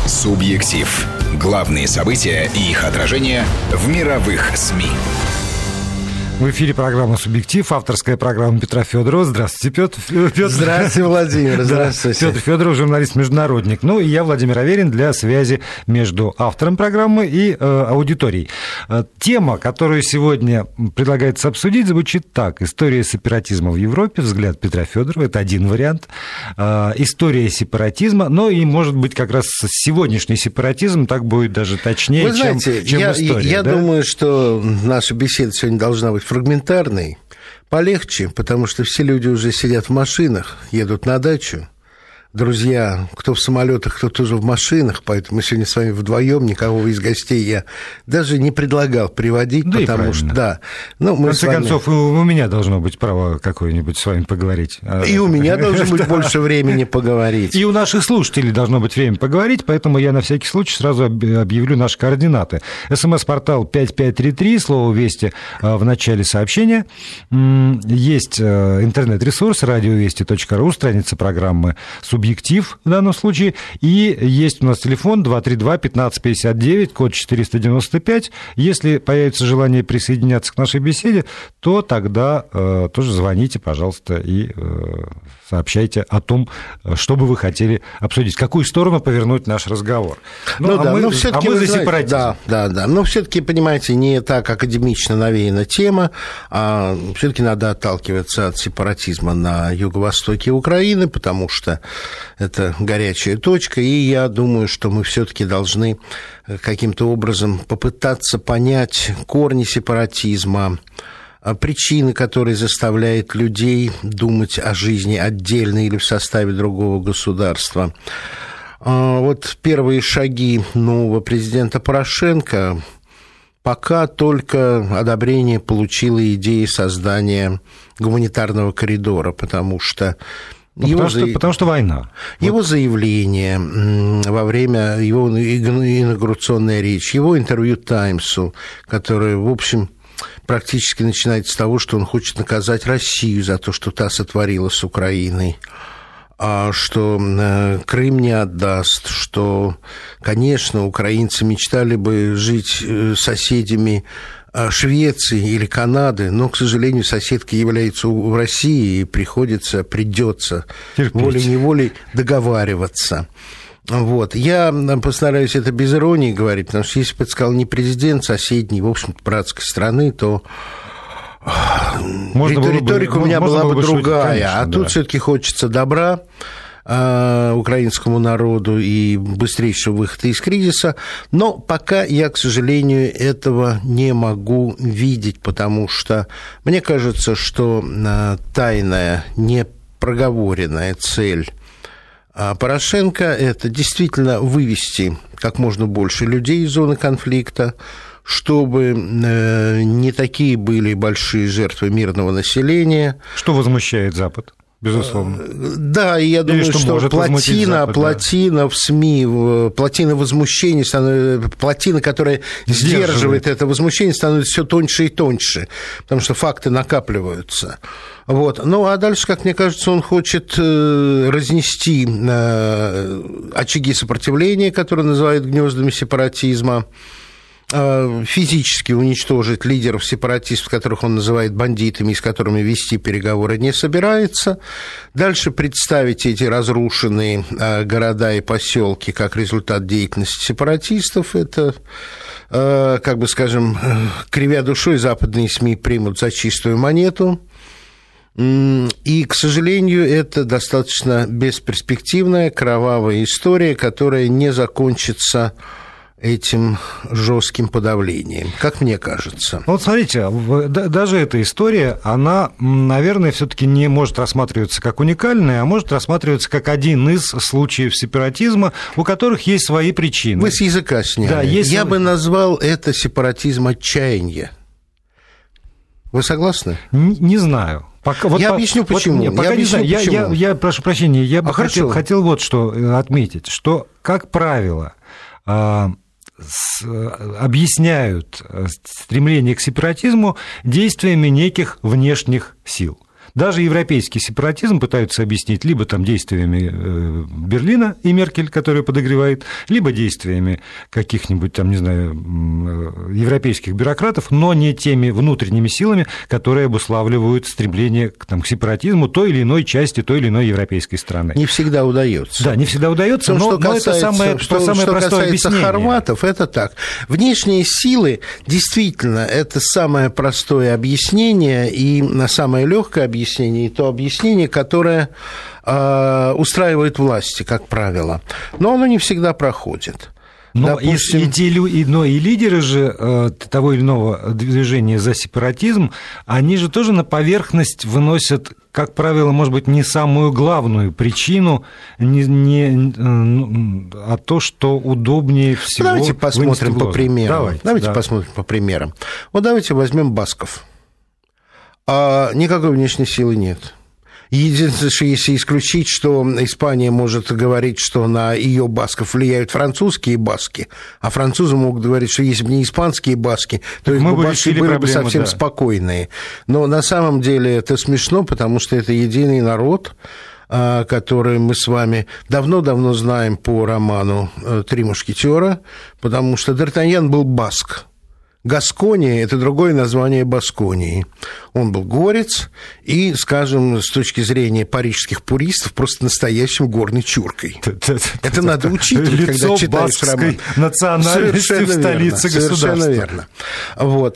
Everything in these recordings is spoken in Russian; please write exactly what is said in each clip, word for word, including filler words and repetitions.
Субъектив. Главные события и их отражение в мировых СМИ. В эфире программа «Субъектив», авторская программа Петра Федорова. Здравствуйте, Петр. Петр. Здравствуйте, Владимир. Здравствуйте. Да, Петр Федоров, журналист-международник. Ну и я, Владимир Аверин, для связи между автором программы и э, аудиторией. Тема, которую сегодня предлагается обсудить, звучит так. История сепаратизма в Европе, взгляд Петра Федорова. Это один вариант. Э, история сепаратизма. Ну и, может быть, как раз сегодняшний сепаратизм так будет даже точнее, Вы знаете, чем, чем я, история. Я да? думаю, что наша беседа сегодня должна быть фрагментарной, полегче, потому что все люди уже сидят в машинах, едут на дачу. Друзья, кто в самолетах, кто тоже в машинах, поэтому мы сегодня с вами вдвоем, никого из гостей я даже не предлагал приводить, да, потому что, да. Ну, мы в конце вами... концов, у меня должно быть право какое-нибудь с вами поговорить. И у меня должно быть больше времени поговорить. И у наших слушателей должно быть время поговорить, поэтому я на всякий случай сразу объявлю наши координаты. СМС-портал пять пять три три, слово «Вести» в начале сообщения. Есть интернет-ресурс радиовести точка ру, страница программы «Субъектив» в данном случае, и есть у нас телефон два три два пятнадцать пятьдесят девять, код четыреста девяносто пять. Если появится желание присоединяться к нашей беседе, то тогда э, тоже звоните, пожалуйста, и э, сообщайте о том, что бы вы хотели обсудить, какую сторону повернуть наш разговор. Ну, ну а, да, мы, но а мы за сепаратизм. Да, да, да. Но все-таки, понимаете, не так академично навеяна тема, а все-таки надо отталкиваться от сепаратизма на юго-востоке Украины, потому что это горячая точка, и я думаю, что мы все-таки должны каким-то образом попытаться понять корни сепаратизма, причины, которые заставляют людей думать о жизни отдельно или в составе другого государства. Вот первые шаги нового президента Порошенко, пока только одобрение получила идея создания гуманитарного коридора, потому что Ну, потому, что, за... потому что война. Его вот. заявление во время его инаугурационной речи, его интервью «Таймсу», которое, в общем, практически начинается с того, что он хочет наказать Россию за то, что та сотворила с Украиной, что Крым не отдаст, что, конечно, украинцы мечтали бы жить соседями Швеции или Канады, но, к сожалению, соседкой является в России, и приходится, придется волей-неволей договариваться. Вот. Я постараюсь это без иронии говорить, потому что если бы это сказал не президент соседней, в общем-то, братской страны, то можно риторика бы, у меня была бы, бы другая. Шутить, конечно, а да. Тут все-таки хочется добра украинскому народу и быстрейшего выхода из кризиса, но пока я, к сожалению, этого не могу видеть, потому что мне кажется, что тайная, непроговоренная цель Порошенко – это действительно вывести как можно больше людей из зоны конфликта, чтобы не такие были большие жертвы мирного населения. Что возмущает Запад? Безусловно. Да, и я думаю, Или что, что плотина, Запад, плотина да. в СМИ, плотина возмущения, плотина, которая сдерживает, сдерживает это возмущение, становится все тоньше и тоньше, потому что факты накапливаются. Вот. Ну, а дальше, как мне кажется, он хочет разнести очаги сопротивления, которые называют гнездами сепаратизма, физически уничтожить лидеров сепаратистов, которых он называет бандитами, с которыми вести переговоры не собирается. Дальше представить эти разрушенные города и поселки как результат деятельности сепаратистов. Это, как бы скажем, кривя душой, западные СМИ примут за чистую монету. И, к сожалению, это достаточно бесперспективная, кровавая история, которая не закончится этим жестким подавлением, как мне кажется. Вот смотрите, даже эта история, она, наверное, все-таки не может рассматриваться как уникальная, а может рассматриваться как один из случаев сепаратизма, у которых есть свои причины. Вы с языка сняли. Да, есть... Я бы назвал это сепаратизм отчаяния. Вы согласны? Не, не знаю. Пока, вот я по, объясню, почему. Вот, я, пока я, не объясню, знаю. почему. Я, я, я прошу прощения, я бы а хотел, хотел вот что отметить, что, как правило, объясняют стремление к сепаратизму действиями неких внешних сил. Даже европейский сепаратизм пытаются объяснить либо там действиями Берлина и Меркель, которая подогревает, либо действиями каких-нибудь там, не знаю, европейских бюрократов, но не теми внутренними силами, которые обуславливают стремление к, там, к сепаратизму той или иной части той или иной европейской страны. Не всегда удается. Да, не всегда удается, но, что касается, но это самое, что, самое что простое касается объяснение. хорватов, это так. Внешние силы, действительно, это самое простое объяснение и самое легкое объяснение, и то объяснение, которое э, устраивает власти, как правило. Но оно не всегда проходит. Но, Допустим... и, и, те, но и лидеры же э, того или иного движения за сепаратизм, они же тоже на поверхность выносят, как правило, может быть, не самую главную причину, не, не, э, а то, что удобнее всего. Давайте посмотрим по примерам. Давайте, давайте да. посмотрим по примерам. Вот давайте возьмем басков. А никакой внешней силы нет. Единственное, что если исключить, что Испания может говорить, что на ее басков влияют французские баски, а французы могут говорить, что если бы не испанские баски, то их баски были бы совсем да. спокойные. Но на самом деле это смешно, потому что это единый народ, который мы с вами давно-давно знаем по роману «Три мушкетера», потому что Д'Артаньян был баск. Гаскония – это другое название Басконии. Он был горец и, скажем, с точки зрения парижских пуристов, просто настоящим горной чуркой. Это надо учитывать, когда читаешь роман. Национальности в столице государства. Совершенно верно. Вот.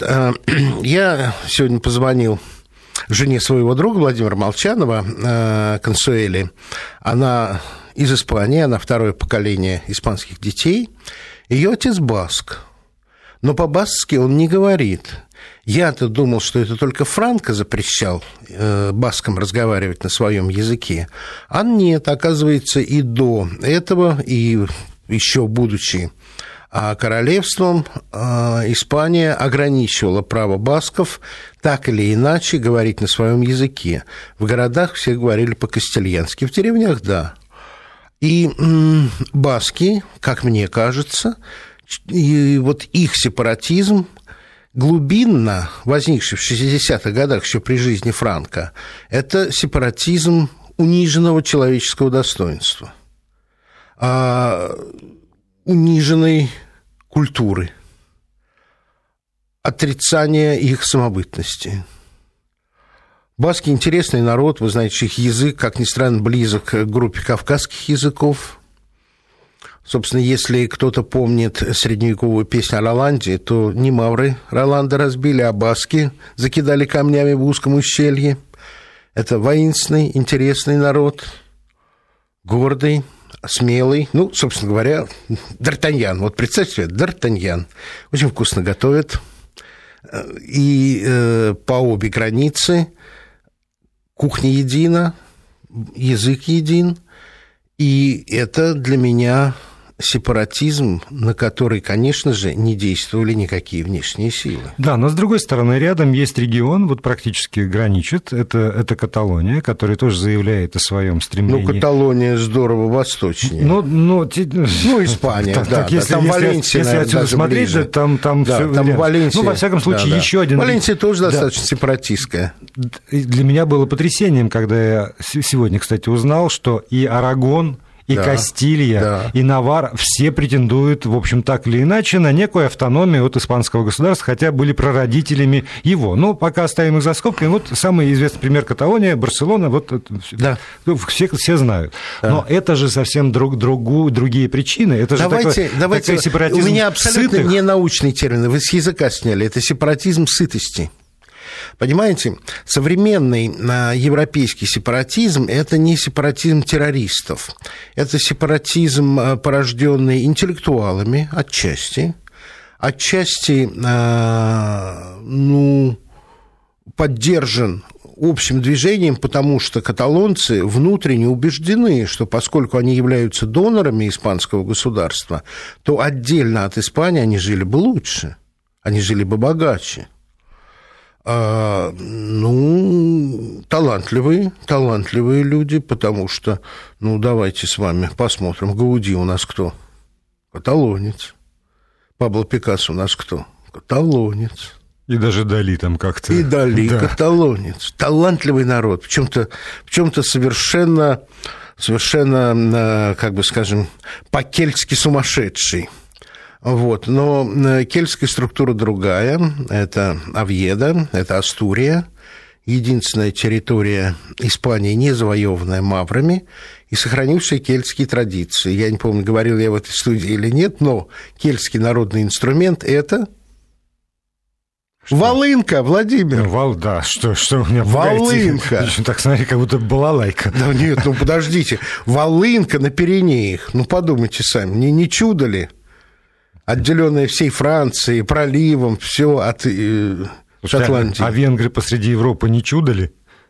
Я сегодня позвонил жене своего друга Владимира Молчанова, Консуэли. Она из Испании, она второе поколение испанских детей. Ее отец баск. Но по-баскски он не говорит. Я-то думал, что это только Франко запрещал э, баскам разговаривать на своем языке. А нет, оказывается, и до этого, и еще будучи э, королевством, э, Испания ограничивала право басков так или иначе говорить на своем языке. В городах все говорили по-кастильянски, в деревнях – да. И м- баски, как мне кажется, и вот их сепаратизм, глубинно возникший в шестидесятых годах еще при жизни Франко, это сепаратизм униженного человеческого достоинства, униженной культуры, отрицание их самобытности. Баски – интересный народ, вы знаете, что их язык, как ни странно, близок к группе кавказских языков. Собственно, если кто-то помнит средневековую песню о Роланде, то не мавры Роланда разбили, а баски закидали камнями в узком ущелье. Это воинственный, интересный народ, гордый, смелый. Ну, собственно говоря, Д'Артаньян. Вот представьте себе, Д'Артаньян. Очень вкусно готовят. И э, по обе границы кухня едина, язык един. И это для меня сепаратизм, на который, конечно же, не действовали никакие внешние силы. Да, но, с другой стороны, рядом есть регион, вот практически граничит, это, это Каталония, которая тоже заявляет о своем стремлении. Ну, Каталония здорово восточнее. Ну, ну, ну Испания, так, да, так, если, да, там если, Валенсия, если наверное, отсюда смотреть, ближе. там, там да, все... Там Валенсия. Ну, во всяком случае, да, еще да. один... Валенсия тоже да. достаточно сепаратистская. Для меня было потрясением, когда я сегодня, кстати, узнал, что и Арагон, и да, Кастилья, да. и Наварра все претендуют, в общем, так или иначе, на некую автономию от испанского государства, хотя были прародителями его. Но пока оставим их за скобками, вот самый известный пример Каталония, Барселона, вот да. все, все знают. Да. Но это же совсем друг, другу, другие причины. Это давайте, же такой, давайте, такой сепаратизм у меня абсолютно сытых. Не научный термин, вы с языка сняли, это сепаратизм сытости. Понимаете, современный европейский сепаратизм – это не сепаратизм террористов, это сепаратизм, порожденный интеллектуалами отчасти, отчасти, ну, поддержан общим движением, потому что каталонцы внутренне убеждены, что поскольку они являются донорами испанского государства, то отдельно от Испании они жили бы лучше, они жили бы богаче. А, ну, талантливые, талантливые люди, потому что, ну, давайте с вами посмотрим. Гауди у нас кто? Каталонец. Пабло Пикассо у нас кто? Каталонец. И даже Дали там как-то. И Дали, да. Каталонец. Талантливый народ. В чем-то, в чем-то совершенно, совершенно, как бы скажем, по-кельтски сумасшедший. Вот. Но кельтская структура другая. Это Овьедо, это Астурия. Единственная территория Испании, не завоеванная маврами, и сохранившие кельтские традиции. Я не помню, говорил я в этой студии или нет, но кельтский народный инструмент – это... Что? Волынка, Владимир. Ну, вал, да, что, что у меня волынка. Погодите, так смотри, как будто балалайка. Да нет, ну подождите. Волынка на Пиренеях. Ну подумайте сами, не, не чудо ли? Отделенная всей Францией, проливом, все от э, Шотландии. А, а венгры посреди Европы не чудо ли?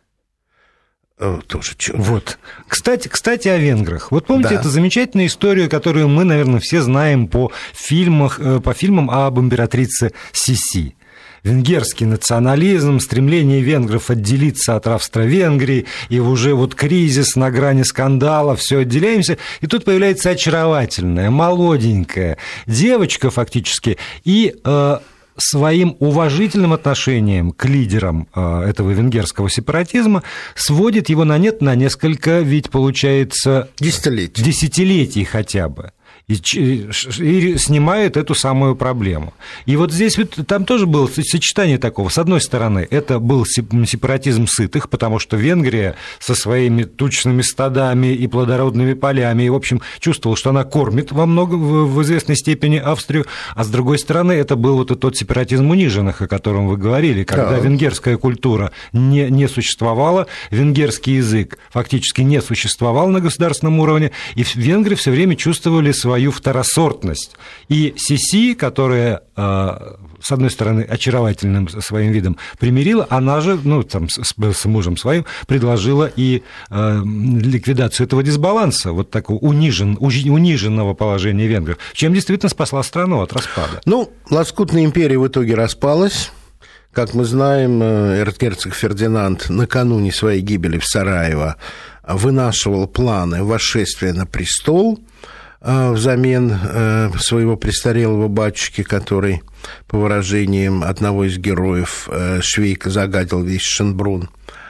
Тоже чудо. Вот. Кстати, кстати, о венграх. Вот помните да. эту замечательную историю, которую мы, наверное, все знаем по, фильмах, по фильмам об императрице Сиси. Венгерский национализм, стремление венгров отделиться от Австро-Венгрии, и уже вот кризис на грани скандала, все отделяемся, и тут появляется очаровательная, молоденькая девочка фактически, и э, своим уважительным отношением к лидерам э, этого венгерского сепаратизма сводит его на нет на несколько, ведь получается... Десятилетий. Десятилетий хотя бы. И, и снимает эту самую проблему. И вот здесь вот, там тоже было сочетание такого. С одной стороны, это был сепаратизм сытых, потому что Венгрия со своими тучными стадами и плодородными полями, и, в общем, чувствовала, что она кормит во много, в известной степени Австрию, а с другой стороны, это был вот тот сепаратизм униженных, о котором вы говорили, когда да. венгерская культура не, не существовала, венгерский язык фактически не существовал на государственном уровне, и венгры все время чувствовали свою свою второсортность. И Сиси, которая, с одной стороны, очаровательным своим видом примирила, она же, ну, там, с, с мужем своим предложила и ликвидацию этого дисбаланса, вот такого унижен, униженного положения венгров, чем действительно спасла страну от распада. Ну, лоскутная империя в итоге распалась. Как мы знаем, эрцгерцог Фердинанд накануне своей гибели в Сараево вынашивал планы восшествия на престол взамен своего престарелого батюшки, который, по выражениям одного из героев Швейка, загадил весь Шенбрунн.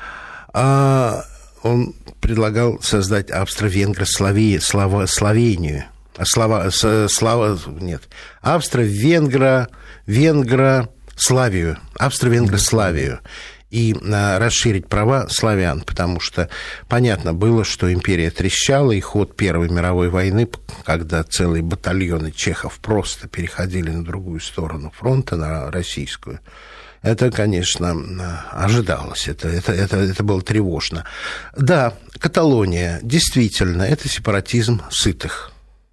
Он предлагал создать Австро-Венгро-Словению. Слава, слава, нет, Австро-Венгро, Венгро-Славию, Австро-Венгро-Славию. И расширить права славян, потому что понятно было, что империя трещала, и ход Первой мировой войны, когда целые батальоны чехов просто переходили на другую сторону фронта, на российскую, это, конечно, ожидалось, это, это, это, это было тревожно. Да, Каталония, действительно, это сепаратизм сытых.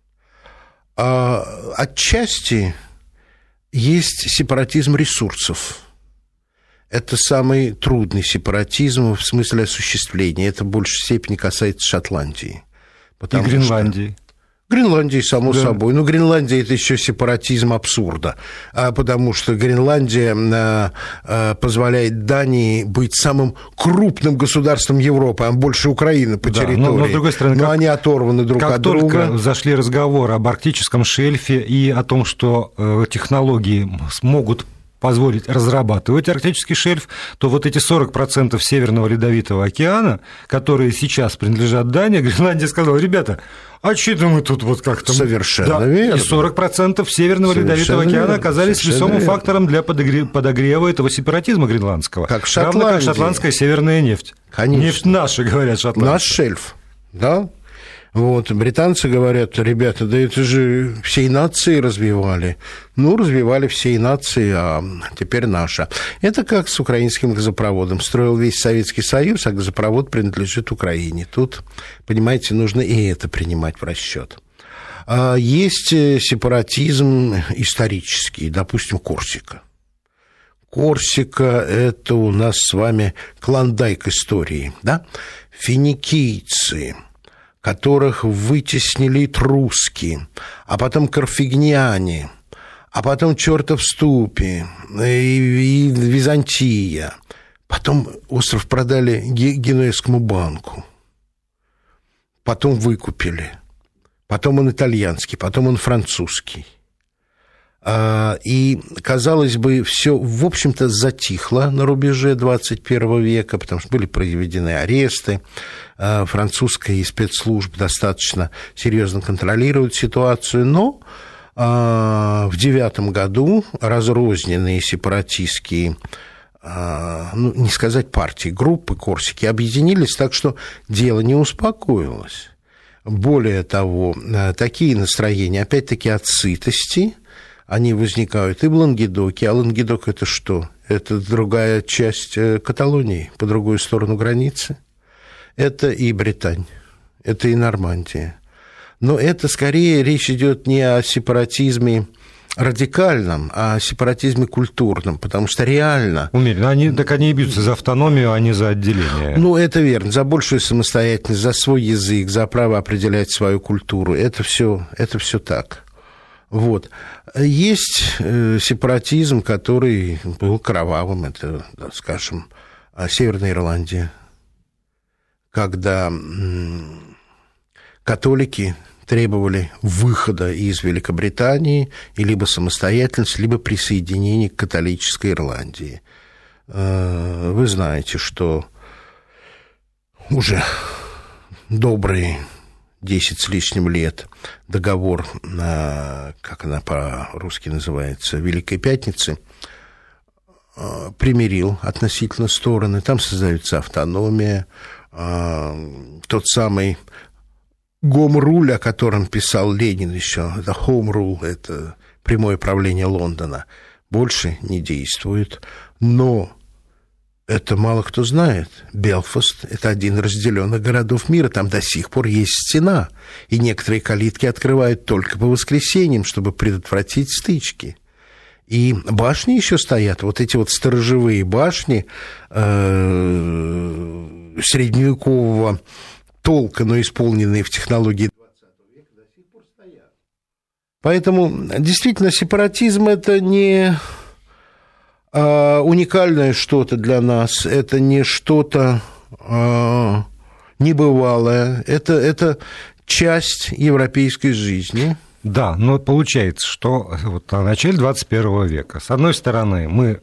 А отчасти есть сепаратизм ресурсов. Это самый трудный сепаратизм в смысле осуществления. Это в большей степени касается Шотландии. И Гренландии. Что... Гренландии, само да. собой. Но Гренландия – это еще сепаратизм абсурда, потому что Гренландия позволяет Дании быть самым крупным государством Европы, а больше Украины по да, территории. Но, но, с другой стороны, но как, они оторваны друг от друга. Как только зашли разговоры об арктическом шельфе и о том, что технологии смогут позволить разрабатывать арктический шельф, то вот эти сорок процентов Северного Ледовитого океана, которые сейчас принадлежат Дании, Гренландия сказала: ребята, а что-то мы тут вот как-то... Совершенно да. верно. И сорок процентов Северного Совершенно Ледовитого океана верно. Оказались Совершенно весомым верно. Фактором для подогрева этого сепаратизма гренландского. Как в Шотландии. Равно как шотландская северная нефть. Конечно. Нефть наша, говорят шотландцы. Наш шельф, да. Вот, британцы говорят: ребята, да это же всей нации развивали. Ну, развивали всей нации, а теперь наша. Это как с украинским газопроводом. Строил весь Советский Союз, а газопровод принадлежит Украине. Тут, понимаете, нужно и это принимать в расчет. Есть сепаратизм исторический, допустим, Корсика. Корсика – это у нас с вами клондайк истории, да? Финикийцы, которых вытеснили этруски, а потом карфагеняне, а потом чертов Ступи и, и Византия. Потом остров продали Генуэзскому банку. Потом выкупили. Потом он итальянский, потом он французский. И, казалось бы, все, в общем-то, затихло на рубеже двадцать первого века, потому что были проведены аресты, французские спецслужбы достаточно серьезно контролируют ситуацию, но в девятом году разрозненные сепаратистские, ну, не сказать партии, группы Корсики объединились, так что дело не успокоилось. Более того, такие настроения, опять-таки, от сытости, они возникают и в Лангедоке. А Лангедок – это что? Это другая часть Каталонии, по другую сторону границы. Это и Британь, это и Нормандия. Но это скорее речь идет не о сепаратизме радикальном, а о сепаратизме культурном, потому что реально... Умеренно. Они, так они и бьются за автономию, а не за отделение. Ну, это верно. За большую самостоятельность, за свой язык, за право определять свою культуру. Это все, это все так. Вот. Есть сепаратизм, который был кровавым, это, скажем, Северная Ирландия, когда католики требовали выхода из Великобритании и либо самостоятельности, либо присоединения к католической Ирландии. Вы знаете, что уже добрые десять с лишним лет договор, как она по-русски называется, Великой Пятницы, примирил относительно стороны. Там создается автономия. Тот самый Гом-руль, о котором писал Ленин еще, это Home-rule, это прямое правление Лондона, больше не действует. Но это мало кто знает. Белфаст – это один из разделенных городов мира. Там до сих пор есть стена. И некоторые калитки открывают только по воскресеньям, чтобы предотвратить стычки. И башни еще стоят. Вот эти вот сторожевые башни э, средневекового толка, но исполненные в технологии двадцатого века, до сих пор стоят. Поэтому, действительно, сепаратизм – это не... уникальное что-то для нас, это не что-то а, небывалое, это, это часть европейской жизни. Да, но получается, что вот в начале двадцать первого века, с одной стороны, мы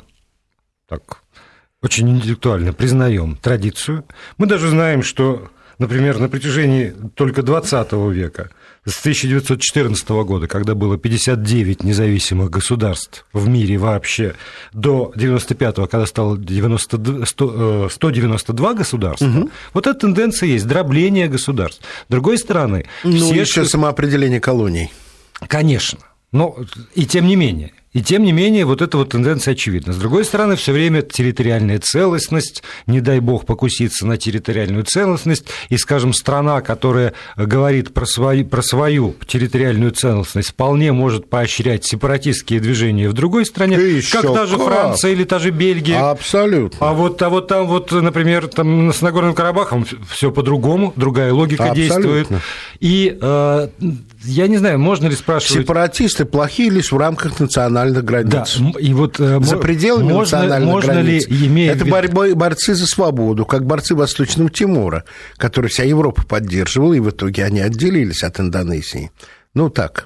так очень интеллектуально признаем традицию, мы даже знаем, что, например, на протяжении только двадцатого века, с тысяча девятьсот четырнадцатого года, когда было пятьдесят девять независимых государств в мире вообще, до девяносто пятого, когда стало девяносто, сто, сто девяносто два государства, угу. Вот эта тенденция есть, дробление государств. С другой стороны... Ну, все, еще что... самоопределение колоний. Конечно, но и тем не менее... И тем не менее, вот эта вот тенденция очевидна. С другой стороны, все время территориальная целостность, не дай бог покуситься на территориальную целостность, и, скажем, страна, которая говорит про свою, про свою территориальную целостность, вполне может поощрять сепаратистские движения в другой стране, и как та же как? Франция или та же Бельгия. Абсолютно. А вот, а вот там, вот, например, там с Нагорным Карабахом все по-другому, другая логика действует. И э, я не знаю, можно ли спрашивать... Сепаратисты плохие лишь в рамках национальных границ. Да, и вот, за пределами можно, национальных можно границ. Ли, имея... Это борьбой, борцы за свободу, как борцы Восточного Тимора, которые вся Европа поддерживала, и в итоге они отделились от Индонезии. Ну, так.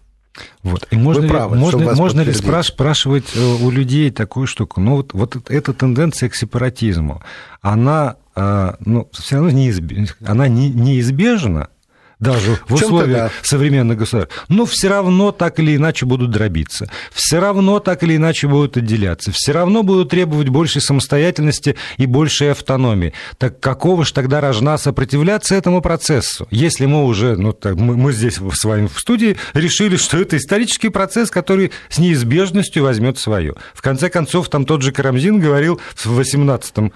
Вот. И можно, Вы правы, ли, можно, можно ли спрашивать у людей такую штуку? Ну, вот, вот эта тенденция к сепаратизму, она, ну, все равно неизбежна, она неизбежна, даже в, в условиях да. современных государств, но все равно так или иначе будут дробиться, все равно так или иначе будут отделяться, все равно будут требовать большей самостоятельности и большей автономии. Так какого же тогда рожна сопротивляться этому процессу, если мы уже, ну, так, мы, мы здесь с вами в студии решили, что это исторический процесс, который с неизбежностью возьмет свое. В конце концов, там тот же Карамзин говорил в восемнадцатом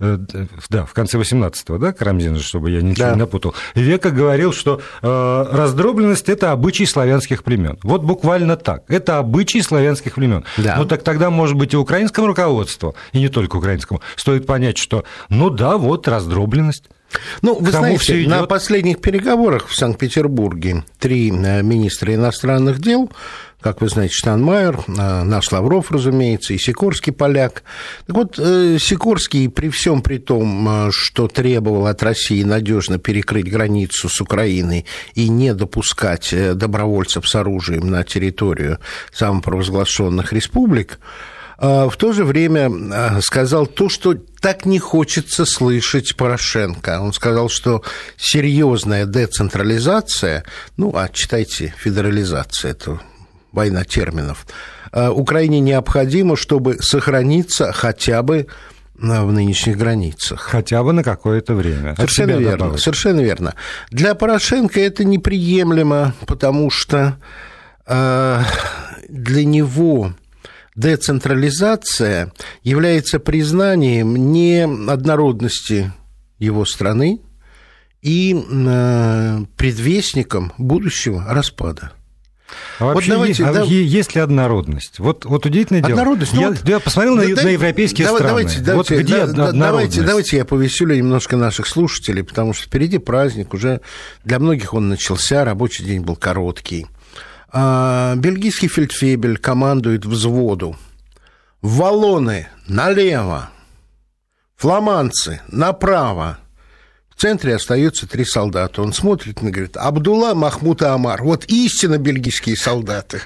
да, в конце восемнадцатого, да, Карамзин, чтобы я ничего да. не напутал, века говорил, что э, раздробленность – это обычай славянских племен. Вот буквально так. Это обычай славянских племен. Да. Ну, так тогда, может быть, и украинскому руководству, и не только украинскому, стоит понять, что, ну да, вот раздробленность. Ну, вы знаете, на последних переговорах в Санкт-Петербурге три министра иностранных дел, как вы знаете, Штайнмайер, наш Лавров, разумеется, и Сикорский, поляк. Так вот, Сикорский, при всем при том, что требовал от России надежно перекрыть границу с Украиной и не допускать добровольцев с оружием на территорию самопровозглашенных республик, в то же время сказал то, что так не хочется слышать Порошенко. Он сказал, что серьезная децентрализация, ну, а читайте федерализация, это война терминов, Украине необходимо, чтобы сохраниться хотя бы в нынешних границах. Хотя бы на какое-то время. Совершенно верно, добавить. совершенно верно. Для Порошенко это неприемлемо, потому что э, для него децентрализация является признанием неоднородности его страны и э, предвестником будущего распада. А вообще, вот давайте, есть, да... есть ли однородность? Вот, вот удивительное дело. Однородность? Я, ну, вот, я посмотрел да, на, на европейские давай, страны. Давайте, давайте, вот где да, однородность? Давайте, давайте я повеселю немножко наших слушателей, потому что впереди праздник, уже для многих он начался, рабочий день был короткий. А, бельгийский фельдфебель командует взводу. Валлоны налево, фламандцы направо. В центре остаются три солдата. Он смотрит и говорит: Абдулла, Махмуд и Омар. Вот истинно бельгийские солдаты.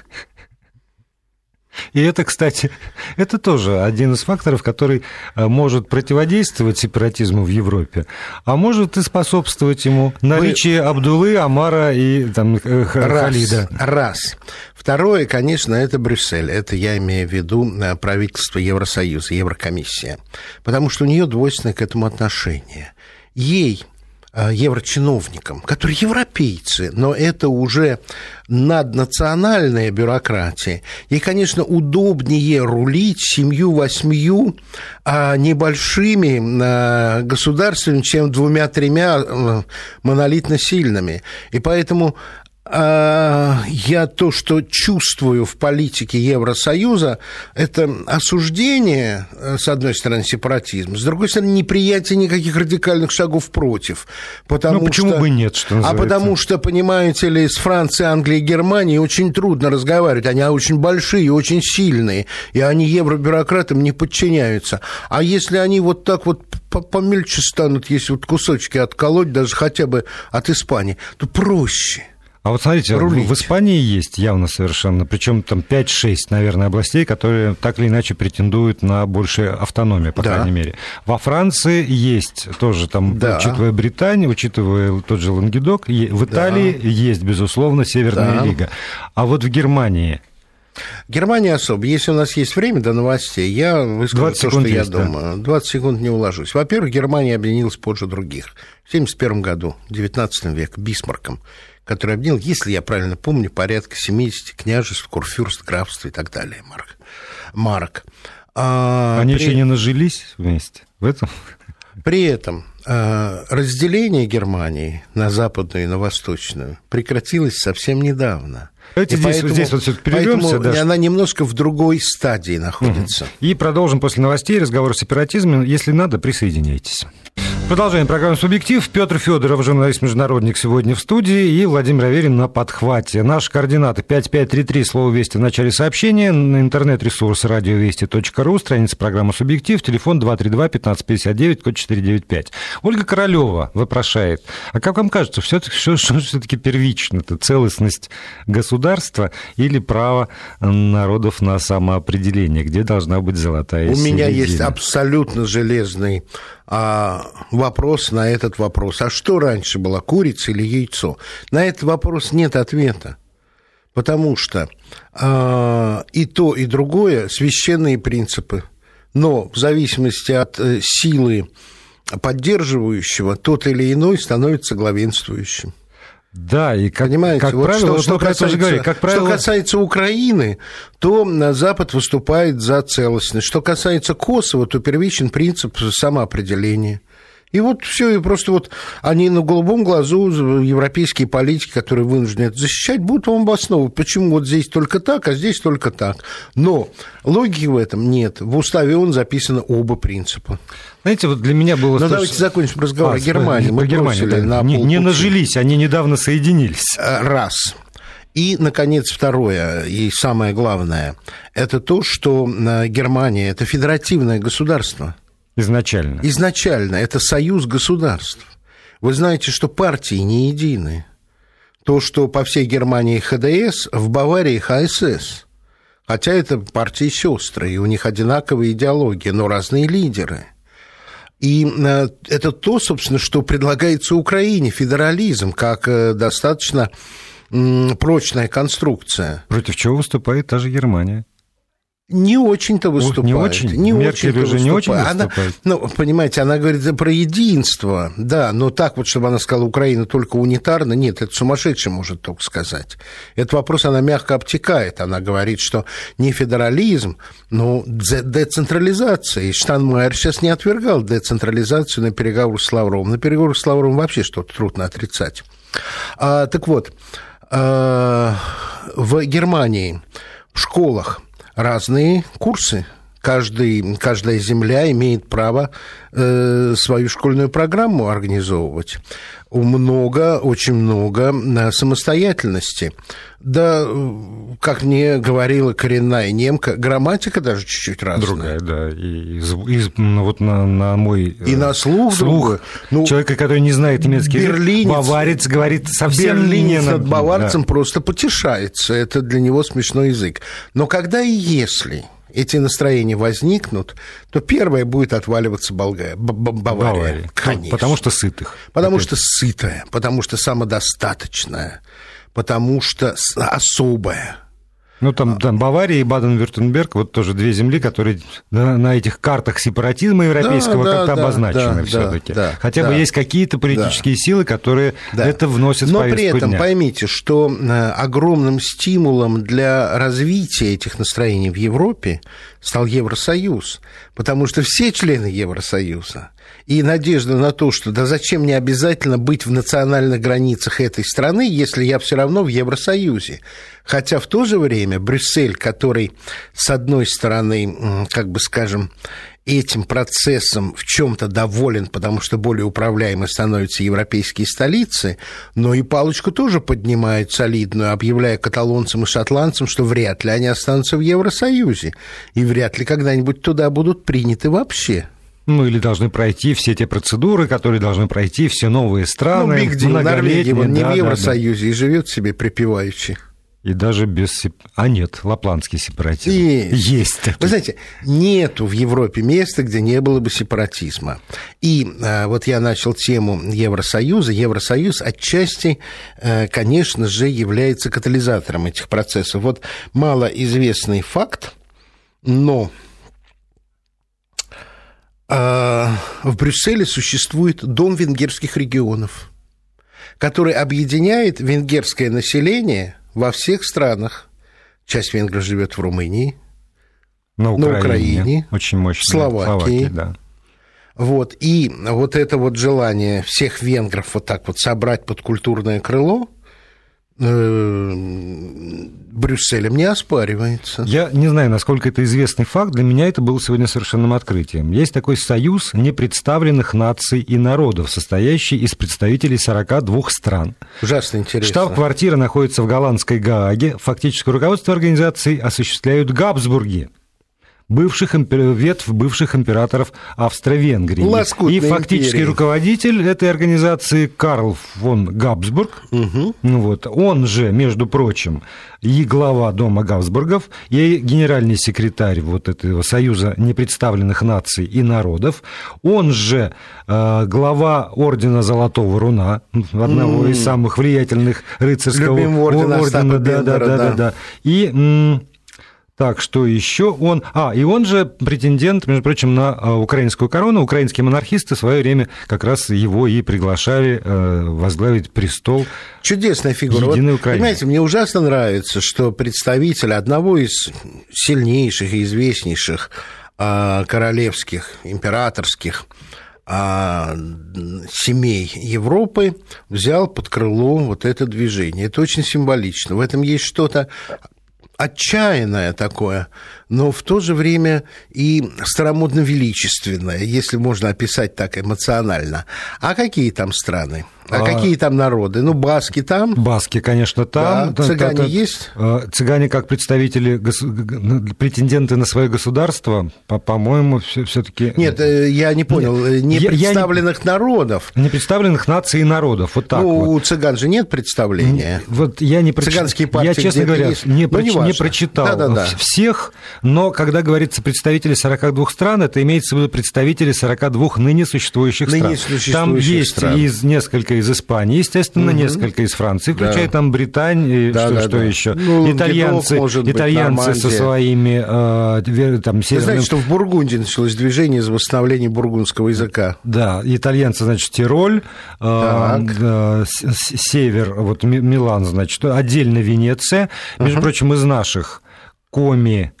И это, кстати, это тоже один из факторов, который может противодействовать сепаратизму в Европе, а может и способствовать ему. Наличие Вы... Абдуллы, Омара и там, Халида. Раз, раз. Второе, конечно, это Брюссель. Это я имею в виду правительство Евросоюза, Еврокомиссия. Потому что у нее двойственное к этому отношение. Ей, еврочиновникам, которые европейцы, но это уже наднациональная бюрократия, ей, конечно, удобнее рулить семью-восьмью небольшими государствами, чем двумя-тремя монолитно сильными. И поэтому я то, что чувствую в политике Евросоюза, это осуждение, с одной стороны, сепаратизма, с другой стороны, неприятие никаких радикальных шагов против. Потому ну, почему что, бы нет, что называется? А потому что, понимаете ли, с Францией, Англией, Германией очень трудно разговаривать. Они очень большие, очень сильные, и они евробюрократам не подчиняются. А если они вот так вот помельче станут, если вот кусочки отколоть, даже хотя бы от Испании, то проще. А вот смотрите, рулить. В Испании есть явно совершенно, причем там пять-шесть, наверное, областей, которые так или иначе претендуют на большую автономию, по да. крайней мере. Во Франции есть тоже, там, да. учитывая Британию, учитывая тот же Лангедок, в Италии да. есть, безусловно, Северная да. Лига. А вот в Германии... Германия особо. Если у нас есть время до новостей, я выскажу то, что есть, я да. думаю. двадцать секунд не уложусь. Во-первых, Германия объединилась позже других. В семьдесят первом году, девятнадцатом веке, Бисмарком, который объединил, если я правильно помню, порядка семьдесят княжеств, курфюрст, графств и так далее, марок. марок. А, Они при... еще не нажились вместе в этом? При этом а, разделение Германии на западную и на восточную прекратилось совсем недавно. Давайте здесь, поэтому, здесь вот все-таки перервемся. Да. Она немножко в другой стадии находится. Угу. И продолжим после новостей разговор о сепаратизме. Если надо, присоединяйтесь. Продолжаем программу «Субъектив». Петр Федоров, журналист-международник, сегодня в студии, и Владимир Аверин на подхвате. Наши координаты пять пять три три, слово «Вести» в начале сообщения, на интернет-ресурс радиовести точка ру, страница программы «Субъектив», телефон два три два пятнадцать пятьдесят девять, код четыреста девяносто пять. Ольга Королева вопрошает, а как вам кажется, все-таки, что, что все-таки первично? Это целостность государства или право народов на самоопределение? Где должна быть золотая середина? У меня есть абсолютно железный а, вопрос на этот вопрос. А что раньше было, курица или яйцо? На этот вопрос нет ответа. Потому что а, и то, и другое священные принципы. Но в зависимости от силы поддерживающего, тот или иной становится главенствующим. Да, и как, Понимаете, как вот правило, что, что, касается, говорит, как правило... что касается Украины, то Запад выступает за целостность. Что касается Косово, то первичен принцип самоопределения. И вот все, и просто вот они на голубом глазу, европейские политики, которые вынуждены это защищать, будут вам обосновывать, почему вот здесь только так, а здесь только так. Но логики в этом нет. В уставе ООН записано оба принципа. Знаете, вот для меня было... Ну, давайте закончим разговор а, о Германии. Мы Германии, да. на не, не нажились, они недавно соединились. Раз. И, наконец, второе, и самое главное, это то, что Германия – это федеративное государство. Изначально. Изначально. Это союз государств. Вы знаете, что партии не едины. То, что по всей Германии ха дэ эс, в Баварии ха эс эс. Хотя это партии-сестры, и у них одинаковые идеологии, но разные лидеры. И это то, собственно, что предлагается Украине, федерализм, как достаточно прочная конструкция. Против чего выступает та же Германия? Не очень-то выступает. Не очень? Не Меркель очень-то уже выступает. не очень она, выступает? Ну, понимаете, она говорит про единство, да, но так вот, чтобы она сказала, Украина только унитарна, нет, это сумасшедший может только сказать. Этот вопрос она мягко обтекает. Она говорит, что не федерализм, но децентрализация. И Штайнмайер сейчас не отвергал децентрализацию на переговорах с Лавровым. На переговорах с Лавровым вообще что-то трудно отрицать. А, так вот, а, в Германии в школах разные курсы. Каждый, каждая земля имеет право э, свою школьную программу организовывать. Много, очень много самостоятельности. Да, как мне говорила коренная немка, грамматика даже чуть-чуть разная. Другая, да. И, и, и вот на, на мой и на слух, слух ну, человека, который не знает немецкий язык, баварец говорит совсем берлинец не над баварцем, да. Просто потешается. Это для него смешной язык. Но когда и если эти настроения возникнут, то первое будет отваливаться Болгария, Бавария. Бавария. Конечно. Потому что сытых. Потому опять. Что сытая, потому что самодостаточная, потому что особая. Ну, там, там Бавария и Баден-Вюртемберг, вот тоже две земли, которые на, на этих картах сепаратизма европейского да, как-то да, обозначены да, все-таки. Да, Хотя да, бы есть какие-то политические да. силы, которые да. это вносят в повестку дня. Но при этом дня. Поймите, что огромным стимулом для развития этих настроений в Европе стал Евросоюз, потому что все члены Евросоюза и надежда на то, что да зачем мне обязательно быть в национальных границах этой страны, если я все равно в Евросоюзе. Хотя в то же время Брюссель, который, с одной стороны, как бы скажем, этим процессом в чем-то доволен, потому что более управляемы становятся европейские столицы, но и палочку тоже поднимает солидную, объявляя каталонцам и шотландцам, что вряд ли они останутся в Евросоюзе, и вряд ли когда-нибудь туда будут приняты вообще. Ну, или должны пройти все те процедуры, которые должны пройти все новые страны. Ну, биг дил, Норвегия, он не да, в Евросоюзе да, да. и живет себе припеваючи. И даже без... А нет, лапландский сепаратизм. Есть. Есть такие. Вы знаете, нету в Европе места, где не было бы сепаратизма. И а, вот я начал тему Евросоюза. Евросоюз отчасти, а, конечно же, является катализатором этих процессов. Вот малоизвестный факт, но а, в Брюсселе существует Дом венгерских регионов, который объединяет венгерское население во всех странах. Часть венгров живет в Румынии, на Украине, на Украине очень мощно, Словакии. Словакии, да. Вот, и вот это вот желание всех венгров вот так вот собрать под культурное крыло Брюсселем не оспаривается. Я не знаю, насколько это известный факт. Для меня это было сегодня совершенным открытием. Есть такой союз непредставленных наций и народов, состоящий из представителей сорока двух стран. Ужасно интересно. Штаб-квартира находится в голландской Гааге. Фактическое руководство организации осуществляют Габсбурги, бывших ветвь бывших императоров Австро-Венгрии. Лоскутная и фактический империя. Руководитель этой организации Карл фон Габсбург, угу. вот, он же, между прочим, и глава Дома Габсбургов, и генеральный секретарь вот этого Союза непредставленных наций и народов, он же э, глава Ордена Золотого Руна, одного mm. из самых влиятельных рыцарского ордена, ордена, да, да, да, да, да, и... М- Так, что еще он... А, и он же претендент, между прочим, на украинскую корону. Украинские монархисты в свое время как раз его и приглашали возглавить престол. Чудесная фигура. Вот, понимаете, мне ужасно нравится, что представитель одного из сильнейших и известнейших королевских, императорских семей Европы взял под крыло вот это движение. Это очень символично. В этом есть что-то отчаянное такое, но в то же время и старомодно-величественное, если можно описать так эмоционально. А какие там страны? А, а какие там народы? Ну, баски там? Баски, конечно, там. Да. Цыгане это, есть? Цыгане как представители, претенденты на свое государство, по-моему, все-таки... Нет, я не понял. Не я, представленных я не... народов. Не представленных наций и народов. Вот так ну, вот. У цыган же нет представления. Вот я не прочитал. Цыганские партии я, честно говоря, есть. не, ну, проч... не, не прочитал да, да, да. всех, но когда говорится представители сорока двух стран, это имеется в виду представители сорока двух ныне существующих ныне стран. Существующих там есть стран. из несколько из Испании, естественно, угу. несколько из Франции, включая да. там Британию, да, что, да, что да. еще. Ну, итальянцы, Гидов, итальянцы быть, со своими э, там, северным... Вы знаете, что в Бургундии началось движение за восстановление бургундского языка. Да, итальянцы, значит, Тироль, э, э, север, вот Милан, значит, отдельно Венеция. Между uh-huh. прочим, из наших Коми,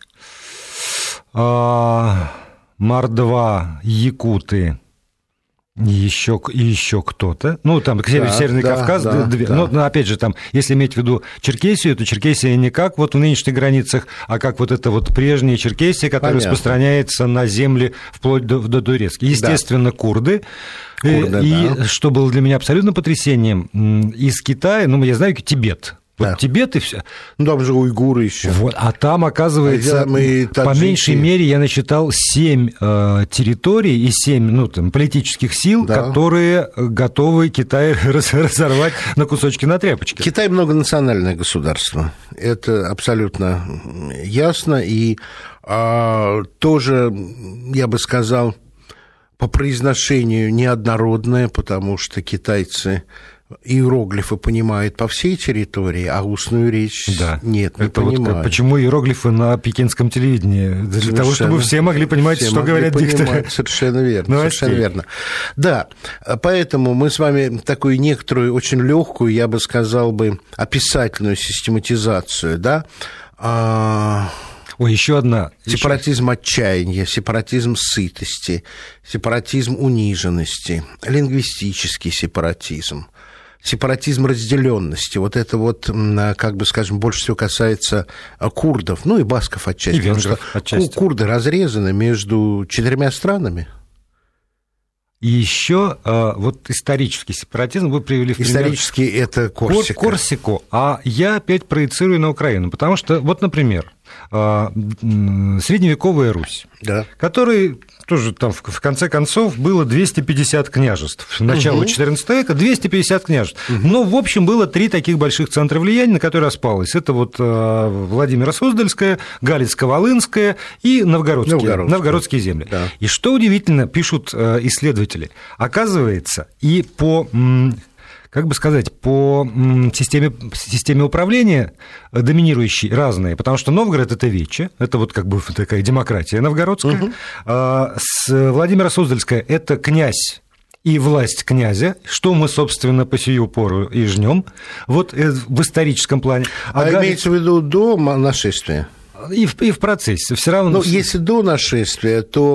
э, Мордва, якуты, еще, еще кто-то, ну, там, да, Северный да, Кавказ, да, две, да. но, опять же, там, если иметь в виду Черкесию, то Черкесия не как вот в нынешних границах, а как вот это вот прежняя Черкесия, которая Понятно. распространяется на земли вплоть до, до Турецки. Естественно, да. курды. Курды, и, да. что было для меня абсолютно потрясением, из Китая, ну, я знаю, Тибет. Вот да. Тибет и все. Ну, там же уйгуры еще. Вот, а там, оказывается, а по меньшей мере я насчитал семь э, территорий и семь ну, там, политических сил, да. которые готовы Китай разорвать на кусочки, на тряпочки. Китай многонациональное государство. Это абсолютно ясно. И а, тоже, я бы сказал, по произношению неоднородное, потому что китайцы... иероглифы понимают по всей территории, а устную речь да. нет, не это понимают. Вот почему иероглифы на пекинском телевидении? Для совершенно, того, чтобы все могли понимать, все что говорят дикторы. Совершенно верно, совершенно верно. Да, поэтому мы с вами такую некоторую, очень легкую, я бы сказал бы, описательную систематизацию, да, Ой, еще одна. Сепаратизм еще... отчаяния, сепаратизм сытости, сепаратизм униженности, лингвистический сепаратизм, сепаратизм разделенности. Вот это вот, как бы скажем, больше всего касается курдов, ну и басков отчасти. И венгров отчасти. Курды разрезаны между четырьмя странами. И еще вот исторический сепаратизм вы привели в пример. Исторический это Корсика. Корсику, а я опять проецирую на Украину, потому что, вот, например, средневековая Русь, да. которой тоже там в конце концов было двести пятьдесят княжеств. Начало угу. четырнадцатого века двести пятьдесят княжеств. Угу. Но, в общем, было три таких больших центра влияния, на которые распалось. Это вот Владимиро-Суздальская, Галицко-Волынская и Новгородские, Новгородские. Новгородские земли. Да. И что удивительно, пишут исследователи, оказывается, и по... как бы сказать, по системе, системе управления доминирующей разные, потому что Новгород – это Вече, это вот как бы такая демократия новгородская, угу. а Владимиро-Суздальская – это князь и власть князя, что мы, собственно, по сию пору и жнем, вот в историческом плане. А, а Галич... имеется в виду до нашествия? И в, и в процессе, все равно. Ну, если до нашествия, то...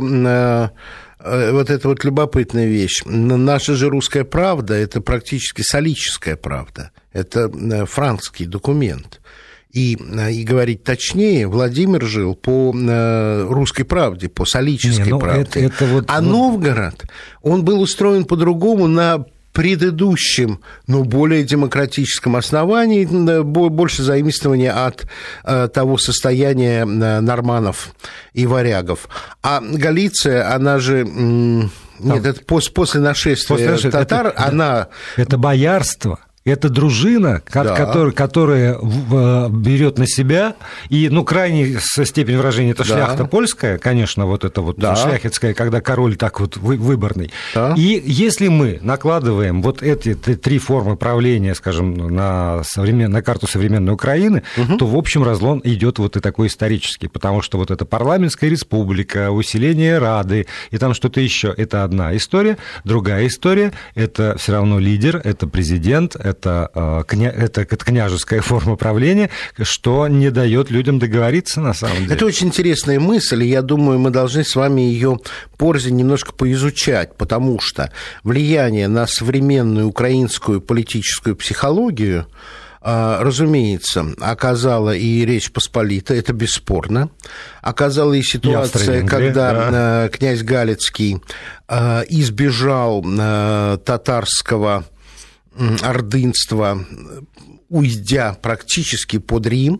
Вот это вот любопытная вещь. Наша же русская правда – это практически солическая правда. Это франкский документ. И, и говорить точнее, Владимир жил по русской правде, по солической Не, ну правде. Это, это вот... А Новгород, он был устроен по-другому на предыдущем, но более демократическом основании, больше заимствования от того состояния норманнов и варягов. А Галиция, она же... Нет, Там, это после нашествия после нашествия, татар, это, она... Это боярство. Это дружина, да. которая, которая берет на себя, и, ну, крайняя степень выражения, это да. шляхта польская, конечно, вот это вот да. шляхетская, когда король так вот выборный. Да. И если мы накладываем вот эти три формы правления, скажем, на, современ... на карту современной Украины, угу. то, в общем, разлом идет вот и такой исторический, потому что вот эта парламентская республика, усиление Рады, и там что-то еще, это одна история, другая история, это все равно лидер, это президент, это Это, кня... это княжеская форма правления, что не дает людям договориться на самом деле. Это очень интересная мысль, и я думаю, мы должны с вами ее порознь немножко поизучать, потому что влияние на современную украинскую политическую психологию разумеется, оказала и Речь Посполитая, это бесспорно. Оказала и ситуация, и когда да. князь Галицкий избежал татарского ордынства, уйдя практически под Рим.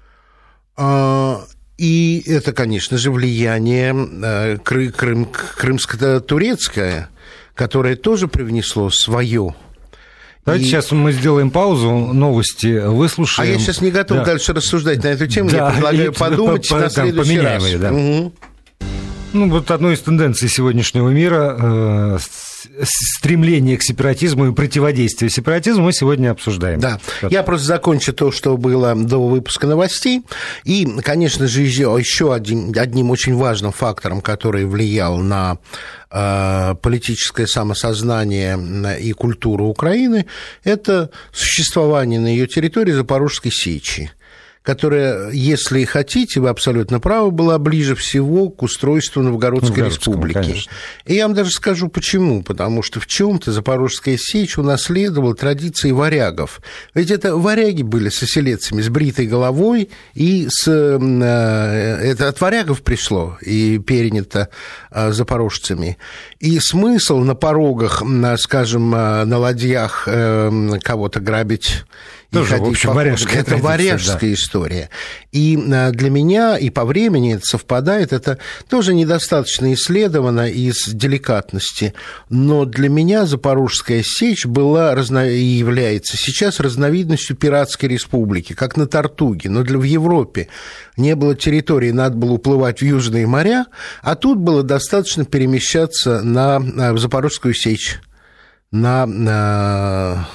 И это, конечно же, влияние крым, крымско-турецкое, которое тоже привнесло свое. Давайте и... сейчас мы сделаем паузу, новости выслушаем. А я сейчас не готов да. дальше рассуждать на эту тему, да. я предлагаю и подумать по, на следующий раз. Ее, да. Угу. Ну, вот одной из тенденций сегодняшнего мира, э, стремление к сепаратизму и противодействие сепаратизму мы сегодня обсуждаем. Да, вот. Я просто закончу то, что было до выпуска новостей. И, конечно же, еще один, одним очень важным фактором, который влиял на э, политическое самосознание и культуру Украины, это существование на ее территории Запорожской сечи, которая, если хотите, вы абсолютно правы, была ближе всего к устройству Новгородской республики. Конечно. И я вам даже скажу почему. Потому что в чем-то Запорожская сечь унаследовала традиции варягов. Ведь это варяги были с оселедцами, с бритой головой, и с, это от варягов пришло и перенято запорожцами. И смысл на порогах, скажем, на ладьях кого-то грабить... Тоже, в общем, варяжская это варяжская да. история. И для меня, и по времени это совпадает, это тоже недостаточно исследовано из деликатности, но для меня Запорожская сечь была и является сейчас разновидностью пиратской республики, как на Тартуге, но для, в Европе не было территории, надо было уплывать в южные моря, а тут было достаточно перемещаться на, на в Запорожскую сечь, на... на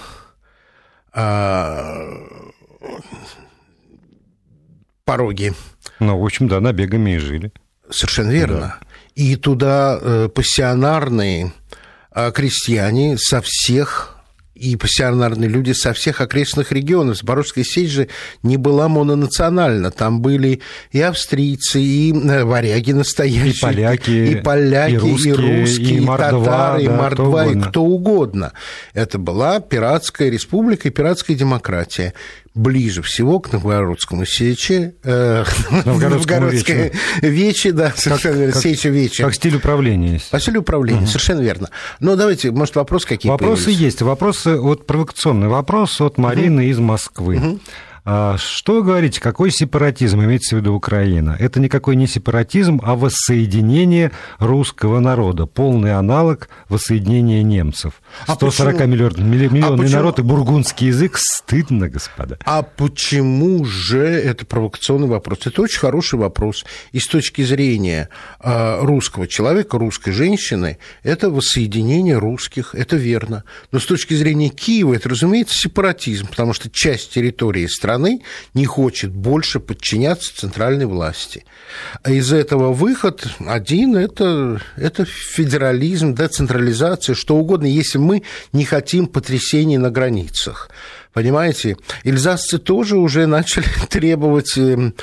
пороги. Ну, в общем, да, набегами и жили. Совершенно верно. Да. И туда пассионарные крестьяне со всех... и пассионарные люди со всех окрестных регионов. Запорожская сечь же не была мононациональна. Там были и австрийцы, и варяги настоящие, и поляки, и, поляки, и, русские, и русские, и, и мордва, татары, и да, мордва, и кто угодно. Это была пиратская республика и пиратская демократия. Ближе всего к Новгородскому сече, э, Новгородской вечи, да, совершенно верно, сече вечи. Как стиль управления есть. По стилю управления, угу. совершенно верно. Но давайте, может, вопросы какие Вопросы появились? есть. Вопросы, вот провокационный вопрос от Марины угу. из Москвы. Угу. Что вы говорите, какой сепаратизм, имеется в виду Украина? Это никакой не сепаратизм, а воссоединение русского народа, полный аналог воссоединения немцев. сто сорок миллионный а народ и бургундский язык, стыдно, господа. А почему же это провокационный вопрос? Это очень хороший вопрос. И с точки зрения русского человека, русской женщины, это воссоединение русских, это верно. Но с точки зрения Киева, это, разумеется, сепаратизм, потому что часть территории страны не хочет больше подчиняться центральной власти. А из этого выход один – это, это федерализм, децентрализация, что угодно, если мы не хотим потрясений на границах. Понимаете, эльзасцы тоже уже начали требовать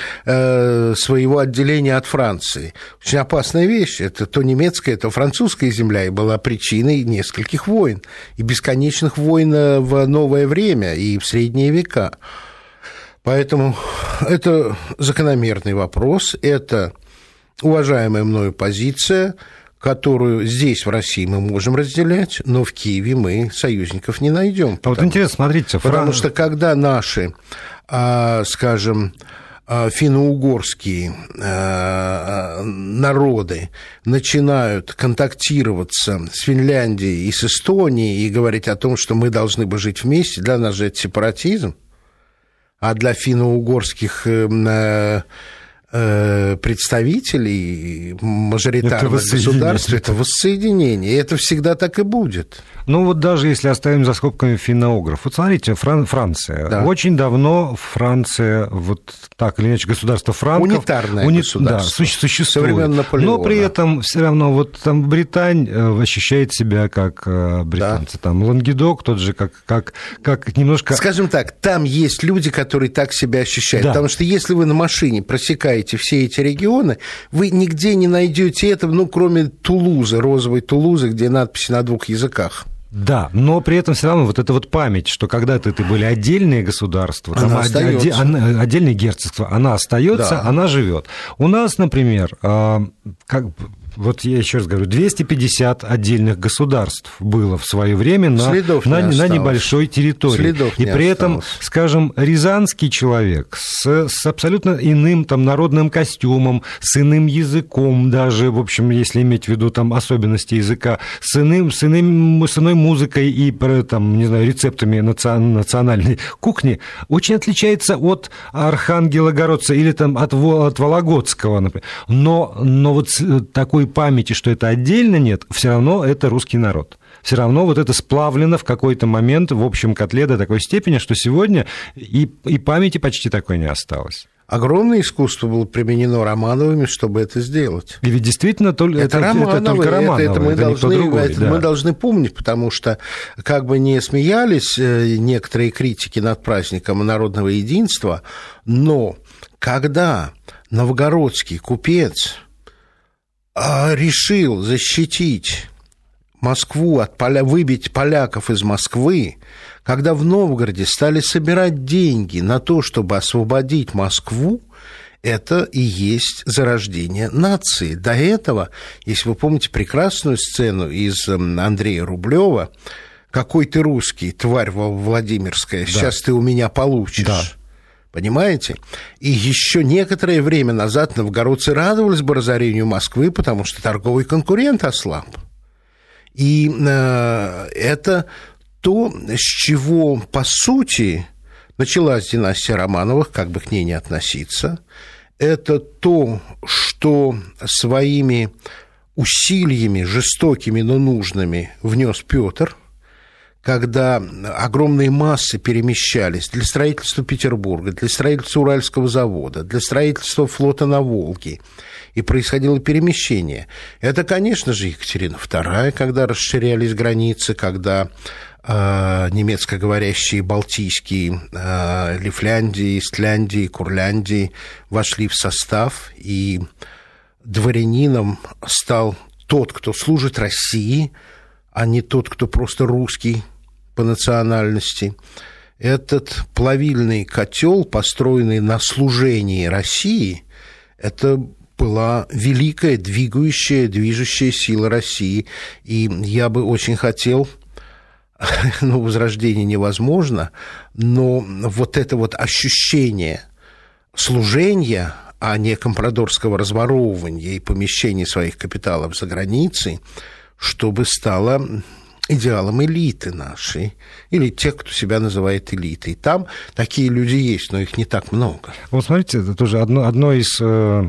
э, своего отделения от Франции. Очень опасная вещь. Это то немецкая, то французская земля, и была причиной нескольких войн, и бесконечных войн в новое время, и в средние века. Поэтому это закономерный вопрос, это уважаемая мною позиция, которую здесь, в России, мы можем разделять, но в Киеве мы союзников не найдем. А вот интересно, смотрите... Потому Фран... что когда наши, скажем, финно-угорские народы начинают контактироваться с Финляндией и с Эстонией и говорить о том, что мы должны бы жить вместе, для нас же это сепаратизм. А для финно-угорских представителей мажоритарных государств это воссоединение. И это всегда так и будет. Ну вот даже если оставим за скобками финно-угров. Вот смотрите, Фран- Франция. Да. Очень давно Франция, вот так или иначе, государство франков... Унитарное уни... государство. Да, существует. Но при этом все равно вот там Британь ощущает себя как британцы. Да. Там Лангедок тот же, как, как, как немножко... Скажем так, там есть люди, которые так себя ощущают. Да. Потому что если вы на машине просекаете все эти регионы, вы нигде не найдете этого, ну, кроме Тулузы, розовой Тулузы, где надписи на двух языках. Да, но при этом все равно вот эта вот память, что когда-то это были отдельные государства, там она отде- отде- отдельные герцогства, она остается, да. Она живет. У нас, например, как вот я еще раз говорю, двести пятьдесят отдельных государств было в свое время на, на, на небольшой территории. Следов И при этом, скажем, рязанский человек с, с абсолютно иным там народным костюмом, с иным языком даже, в общем, если иметь в виду там особенности языка, с, иным, с, иным, с иной музыкой и там, не знаю, рецептами национальной кухни, очень отличается от архангелогородца или там от, от вологодского, например. Но, но вот такой памяти, что это отдельно нет, все равно это русский народ. Все равно вот это сплавлено в какой-то момент в общем котле до такой степени, что сегодня и, и памяти почти такой не осталось. Огромное искусство было применено Романовыми, чтобы это сделать. И ведь действительно это, это, это, Романовы, это только Романовы, это, это, мы, это, должны, другой, это да. мы должны помнить, потому что как бы не смеялись некоторые критики над праздником народного единства, но когда новгородский купец решил защитить Москву, от поля, выбить поляков из Москвы, когда в Новгороде стали собирать деньги на то, чтобы освободить Москву, это и есть зарождение нации. До этого, если вы помните прекрасную сцену из Андрея Рублева, «Какой ты русский, тварь Владимирская, да. Сейчас ты у меня получишь». Да. Понимаете? И еще некоторое время назад новгородцы радовались бы разорению Москвы, потому что торговый конкурент ослаб. И э, это то, с чего, по сути, началась династия Романовых, как бы к ней не относиться. Это то, что своими усилиями, жестокими, но нужными, внес Петр, когда огромные массы перемещались для строительства Петербурга, для строительства Уральского завода, для строительства флота на Волге, и происходило перемещение. Это, конечно же, Екатерина вторая, когда расширялись границы, когда э, немецкоговорящие балтийские э, Лифляндии, Истляндии, Курляндии вошли в состав, и дворянином стал тот, кто служит России, а не тот, кто просто русский по национальности. Этот плавильный котел, построенный на служении России, это была великая двигающая, движущая сила России. И я бы очень хотел, ну, возрождение невозможно, но вот это вот ощущение служения, а не компрадорского разворовывания и помещения своих капиталов за границей, чтобы стало идеалом элиты нашей, или тех, кто себя называет элитой. Там такие люди есть, но их не так много. Вот смотрите, это тоже одно, одно из...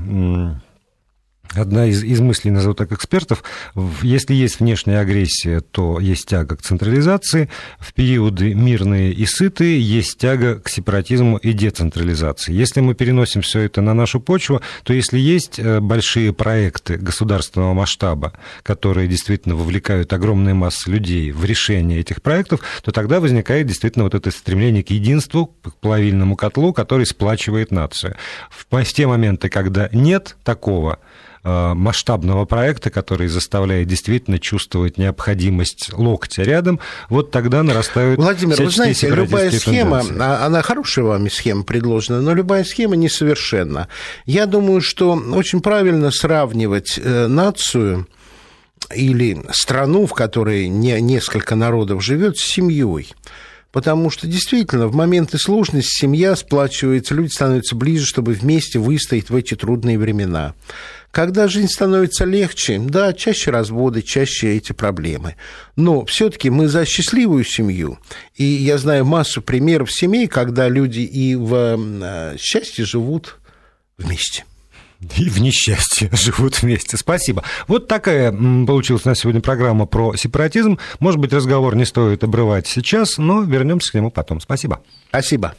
Одна из, из мыслей, назову так, экспертов, если есть внешняя агрессия, то есть тяга к централизации, в периоды мирные и сытые есть тяга к сепаратизму и децентрализации. Если мы переносим все это на нашу почву, то если есть большие проекты государственного масштаба, которые действительно вовлекают огромные массы людей в решение этих проектов, то тогда возникает действительно вот это стремление к единству, к плавильному котлу, который сплачивает нацию. В те моменты, когда нет такого масштабного проекта, который заставляет действительно чувствовать необходимость локтя рядом, вот тогда нарастают Владимир, вы знаете, любая схема, тенденции. Она хорошая вами схема предложена, но любая схема несовершенна. Я думаю, что очень правильно сравнивать нацию или страну, в которой не, несколько народов живет, с семьей. Потому что действительно в моменты сложности семья сплачивается, люди становятся ближе, чтобы вместе выстоять в эти трудные времена. Когда жизнь становится легче, да, чаще разводы, чаще эти проблемы. Но все-таки мы за счастливую семью. И я знаю массу примеров семей, когда люди и в счастье живут вместе. И в несчастье живут вместе. Спасибо. Вот такая получилась на сегодня программа про сепаратизм. Может быть, разговор не стоит обрывать сейчас, но вернемся к нему потом. Спасибо. Спасибо.